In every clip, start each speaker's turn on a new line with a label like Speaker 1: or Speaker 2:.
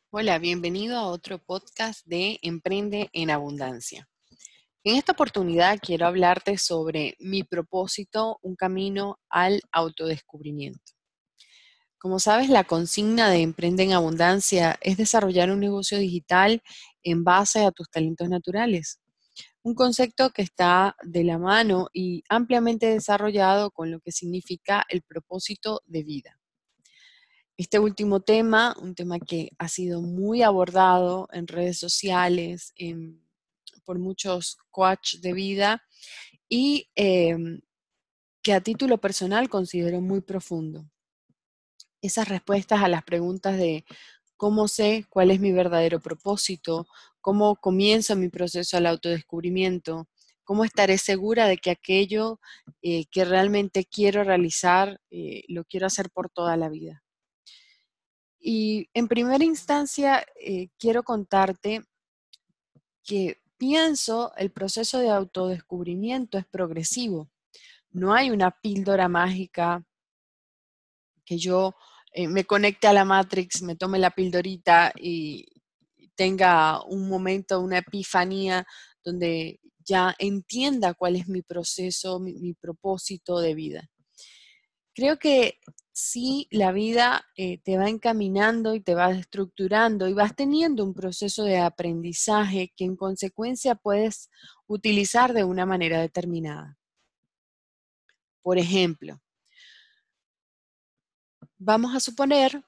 Speaker 1: Hola, bienvenido a otro podcast de Emprende en Abundancia. En esta oportunidad quiero hablarte sobre mi propósito, un camino al autodescubrimiento. Como sabes, la consigna de Emprende en Abundancia es desarrollar un negocio digital en base a tus talentos naturales. Un concepto que está de la mano y ampliamente desarrollado con lo que significa el propósito de vida. Este último tema, un tema que ha sido muy abordado en redes sociales, por muchos coach de vida y que a título personal considero muy profundo. Esas respuestas a las preguntas de cómo sé cuál es mi verdadero propósito, cómo comienzo mi proceso al autodescubrimiento, cómo estaré segura de que aquello que realmente quiero realizar lo quiero hacer por toda la vida. Y en primera instancia, quiero contarte que pienso el proceso de autodescubrimiento es progresivo. No hay una píldora mágica que yo me conecte a la Matrix, me tome la pildorita y tenga un momento, una epifanía donde ya entienda cuál es mi proceso, mi propósito de vida. Creo que sí, la vida te va encaminando y te va estructurando y vas teniendo un proceso de aprendizaje que en consecuencia puedes utilizar de una manera determinada. Por ejemplo, vamos a suponer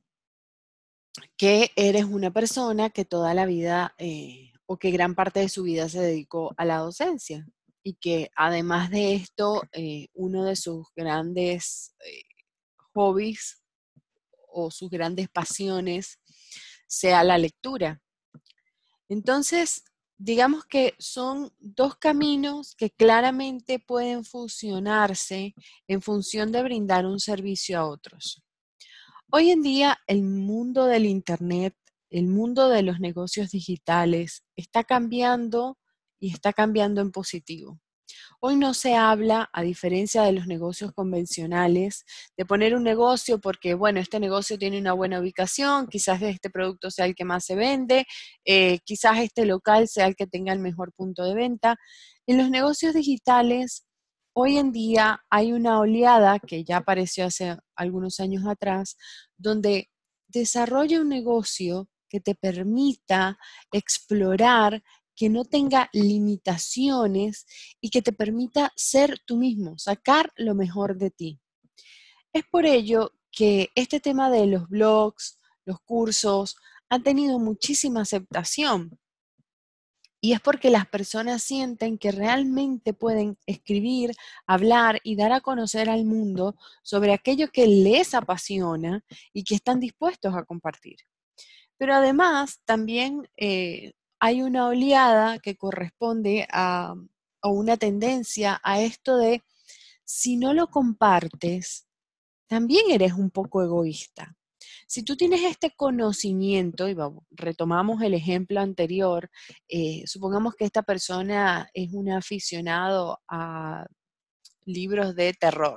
Speaker 1: que eres una persona que toda la vida o que gran parte de su vida se dedicó a la docencia y que además de esto, uno de sus grandes hobbies o sus grandes pasiones sea la lectura. Entonces, digamos que son dos caminos que claramente pueden fusionarse en función de brindar un servicio a otros. Hoy en día, el mundo del Internet, el mundo de los negocios digitales está cambiando y está cambiando en positivo. Hoy no se habla, a diferencia de los negocios convencionales, de poner un negocio porque, bueno, este negocio tiene una buena ubicación, quizás este producto sea el que más se vende, quizás este local sea el que tenga el mejor punto de venta. En los negocios digitales, hoy en día hay una oleada que ya apareció hace algunos años atrás, donde desarrolla un negocio que te permita explorar, que no tenga limitaciones y que te permita ser tú mismo, sacar lo mejor de ti. Es por ello que este tema de los blogs, los cursos, han tenido muchísima aceptación. Y es porque las personas sienten que realmente pueden escribir, hablar y dar a conocer al mundo sobre aquello que les apasiona y que están dispuestos a compartir. Pero además también hay una oleada que corresponde a una tendencia a esto de si no lo compartes, también eres un poco egoísta. Si tú tienes este conocimiento, y retomamos el ejemplo anterior, supongamos que esta persona es un aficionado a libros de terror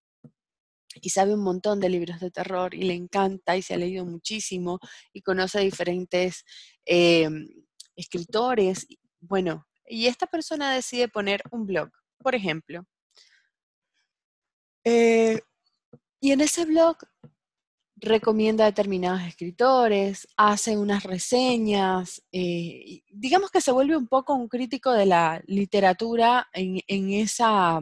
Speaker 1: y sabe un montón de libros de terror y le encanta y se ha leído muchísimo y conoce diferentes eh, escritores. Bueno, y esta persona decide poner un blog, por ejemplo. Eh, y en ese blog recomienda a determinados escritores, hace unas reseñas, digamos que se vuelve un poco un crítico de la literatura en esa,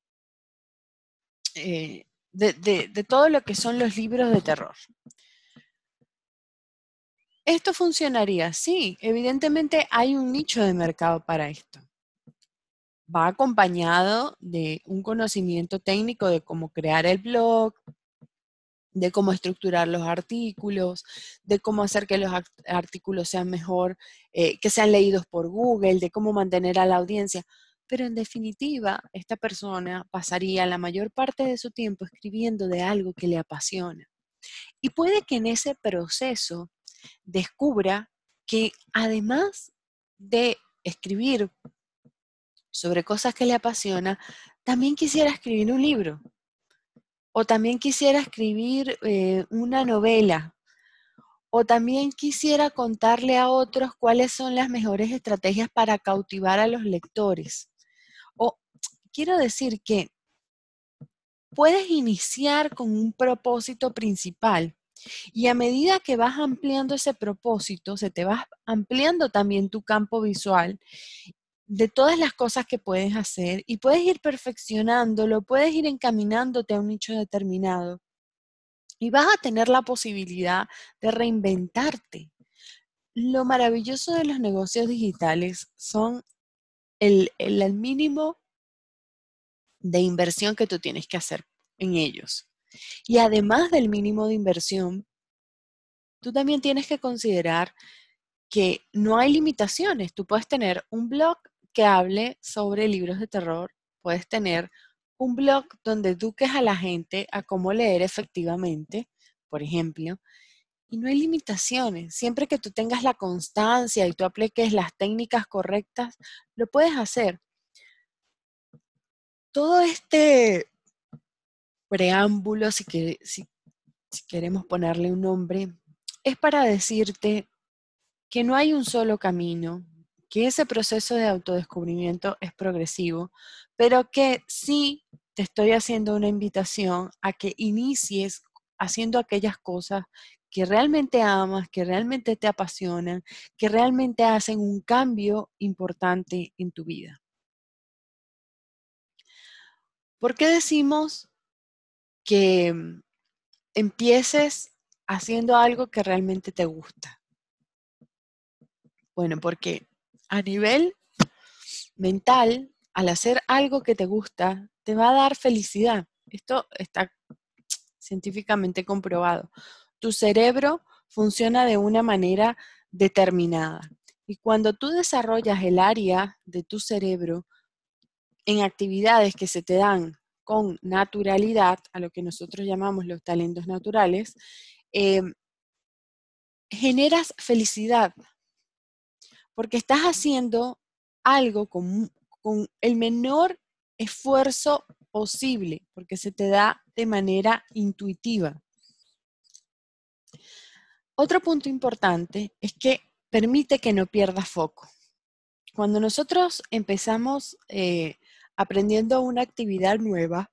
Speaker 1: de todo lo que son los libros de terror. ¿Esto funcionaría? Sí, evidentemente hay un nicho de mercado para esto. Va acompañado de un conocimiento técnico de cómo crear el blog, de cómo estructurar los artículos, de cómo hacer que los artículos sean mejor, que sean leídos por Google, de cómo mantener a la audiencia. Pero en definitiva, esta persona pasaría la mayor parte de su tiempo escribiendo de algo que le apasiona. Y puede que en ese proceso descubra que además de escribir sobre cosas que le apasiona, también quisiera escribir un libro o también quisiera escribir una novela O también quisiera contarle a otros cuáles son las mejores estrategias para cautivar a los lectores. O quiero decir que puedes iniciar con un propósito principal y a medida que vas ampliando ese propósito, se te va ampliando también tu campo visual de todas las cosas que puedes hacer y puedes ir perfeccionándolo, puedes ir encaminándote a un nicho determinado y vas a tener la posibilidad de reinventarte. Lo maravilloso de los negocios digitales son el mínimo de inversión que tú tienes que hacer en ellos. Y además del mínimo de inversión, tú también tienes que considerar que no hay limitaciones. Tú puedes tener un blog que hable sobre libros de terror, puedes tener un blog donde eduques a la gente a cómo leer efectivamente, por ejemplo, y no hay limitaciones. Siempre que tú tengas la constancia y tú apliques las técnicas correctas, lo puedes hacer. Todo este preámbulo, si queremos ponerle un nombre, es para decirte que no hay un solo camino, que ese proceso de autodescubrimiento es progresivo, pero que sí te estoy haciendo una invitación a que inicies haciendo aquellas cosas que realmente amas, que realmente te apasionan, que realmente hacen un cambio importante en tu vida. ¿Por qué decimos que empieces haciendo algo que realmente te gusta? Bueno, porque a nivel mental, al hacer algo que te gusta, te va a dar felicidad. Esto está científicamente comprobado. Tu cerebro funciona de una manera determinada. Y cuando tú desarrollas el área de tu cerebro en actividades que se te dan con naturalidad, a lo que nosotros llamamos los talentos naturales, eh, generas felicidad, porque estás haciendo algo con el menor esfuerzo posible, porque se te da de manera intuitiva. Otro punto importante es que permite que no pierdas foco. Cuando nosotros empezamos aprendiendo una actividad nueva,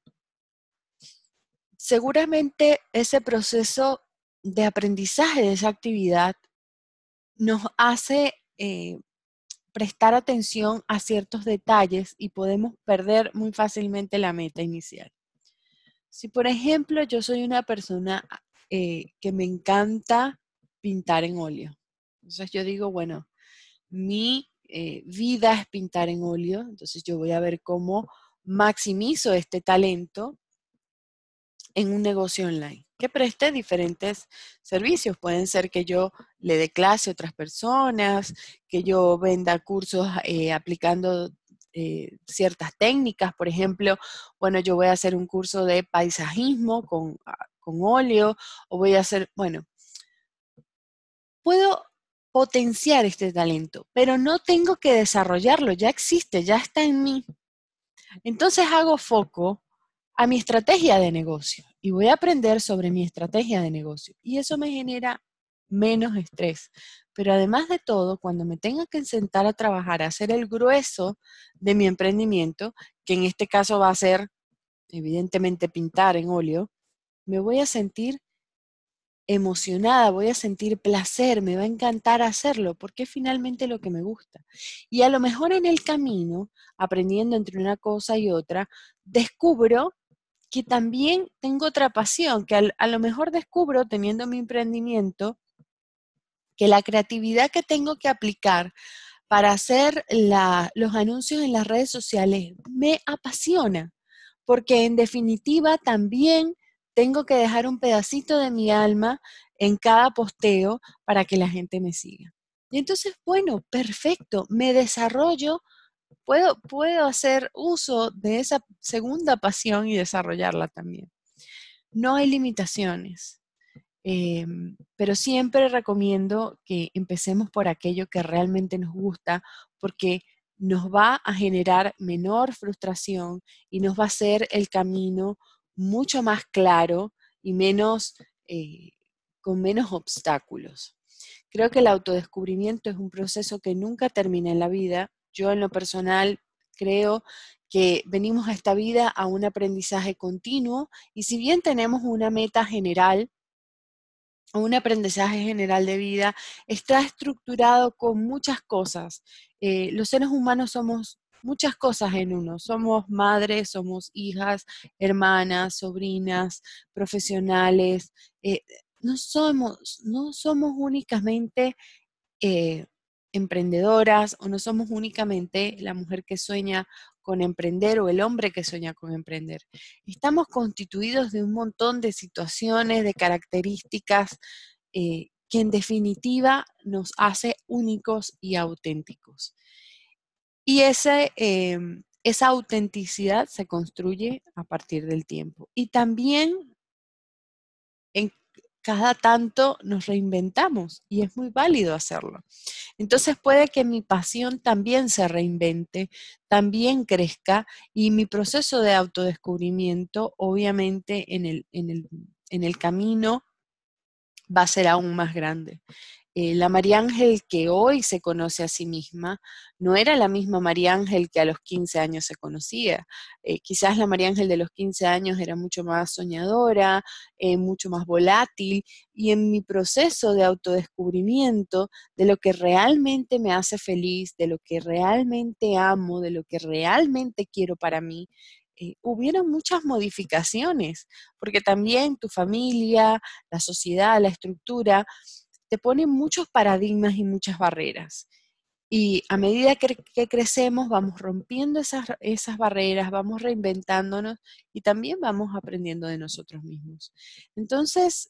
Speaker 1: seguramente ese proceso de aprendizaje de esa actividad nos hace prestar atención a ciertos detalles y podemos perder muy fácilmente la meta inicial. Si, por ejemplo, yo soy una persona que me encanta pintar en óleo, entonces yo digo, bueno, mi vida es pintar en óleo, entonces yo voy a ver cómo maximizo este talento en un negocio online que preste diferentes servicios. Pueden ser que yo le dé clase a otras personas, que yo venda cursos aplicando ciertas técnicas. Por ejemplo, bueno, yo voy a hacer un curso de paisajismo con óleo, o voy a hacer, bueno, puedo potenciar este talento, pero no tengo que desarrollarlo, ya existe, ya está en mí. Entonces hago foco a mi estrategia de negocio y voy a aprender sobre mi estrategia de negocio. Y eso me genera menos estrés. Pero además de todo, cuando me tenga que sentar a trabajar, a hacer el grueso de mi emprendimiento, que en este caso va a ser evidentemente pintar en óleo, me voy a sentir emocionada, voy a sentir placer, me va a encantar hacerlo, porque es finalmente lo que me gusta. Y a lo mejor en el camino, aprendiendo entre una cosa y otra, descubro que también tengo otra pasión, que a lo mejor descubro teniendo mi emprendimiento que la creatividad que tengo que aplicar para hacer los anuncios en las redes sociales me apasiona, porque en definitiva también tengo que dejar un pedacito de mi alma en cada posteo para que la gente me siga. Y entonces, bueno, perfecto, me desarrollo, puedo hacer uso de esa segunda pasión y desarrollarla también. No hay limitaciones. Pero siempre recomiendo que empecemos por aquello que realmente nos gusta, porque nos va a generar menor frustración y nos va a hacer el camino mucho más claro y menos con menos obstáculos. Creo que el autodescubrimiento es un proceso que nunca termina en la vida. Yo en lo personal creo que venimos a esta vida a un aprendizaje continuo y si bien tenemos una meta general, un aprendizaje general de vida, está estructurado con muchas cosas. Los seres humanos somos muchas cosas en uno. Somos madres, somos hijas, hermanas, sobrinas, profesionales. eh, no somos únicamente eh, emprendedoras o no somos únicamente la mujer que sueña con emprender o el hombre que sueña con emprender. Estamos constituidos de un montón de situaciones, de características que en definitiva nos hace únicos y auténticos. Y esa autenticidad se construye a partir del tiempo. Y también en cada tanto nos reinventamos y es muy válido hacerlo. Entonces puede que mi pasión también se reinvente, también crezca y mi proceso de autodescubrimiento, obviamente en el camino, va a ser aún más grande. La María Ángel que hoy se conoce a sí misma no era la misma María Ángel que a los 15 años se conocía. Quizás la María Ángel de los 15 años era mucho más soñadora, mucho más volátil, y en mi proceso de autodescubrimiento de lo que realmente me hace feliz, de lo que realmente amo, de lo que realmente quiero para mí, hubieron muchas modificaciones, porque también tu familia, la sociedad, la estructura, te ponen muchos paradigmas y muchas barreras. Y a medida que crecemos, vamos rompiendo esas barreras, vamos reinventándonos y también vamos aprendiendo de nosotros mismos. Entonces,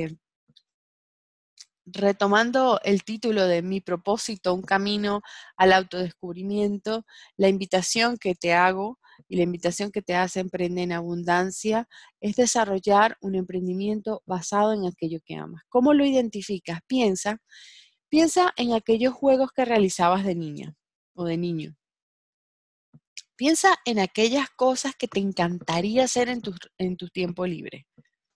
Speaker 1: retomando el título de mi propósito, un camino al autodescubrimiento, la invitación que te hago y la invitación que te hace Emprende en Abundancia es desarrollar un emprendimiento basado en aquello que amas. ¿Cómo lo identificas? Piensa en aquellos juegos que realizabas de niña o de niño. Piensa en aquellas cosas que te encantaría hacer en tu tiempo libre.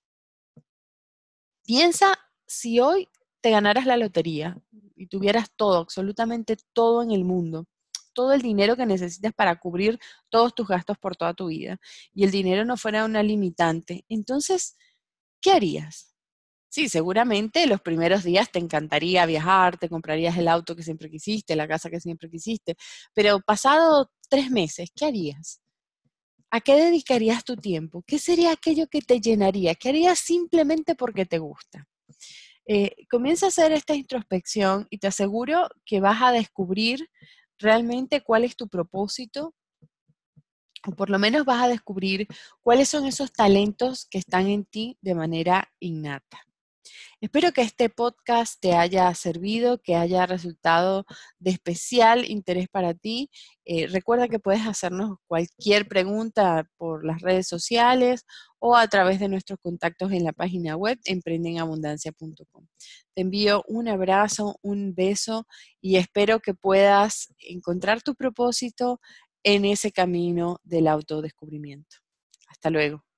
Speaker 1: Piensa si hoy te ganaras la lotería y tuvieras todo, absolutamente todo en el mundo, todo el dinero que necesitas para cubrir todos tus gastos por toda tu vida, y el dinero no fuera una limitante, entonces, ¿qué harías? Sí, seguramente los primeros días te encantaría viajar, te comprarías el auto que siempre quisiste, la casa que siempre quisiste, pero pasado 3 meses, ¿qué harías? ¿A qué dedicarías tu tiempo? ¿Qué sería aquello que te llenaría? ¿Qué harías simplemente porque te gusta? Comienza a hacer esta introspección y te aseguro que vas a descubrir realmente cuál es tu propósito, o por lo menos vas a descubrir cuáles son esos talentos que están en ti de manera innata. Espero que este podcast te haya servido, que haya resultado de especial interés para ti. Recuerda que puedes hacernos cualquier pregunta por las redes sociales o a través de nuestros contactos en la página web emprendenabundancia.com. Te envío un abrazo, un beso y espero que puedas encontrar tu propósito en ese camino del autodescubrimiento. Hasta luego.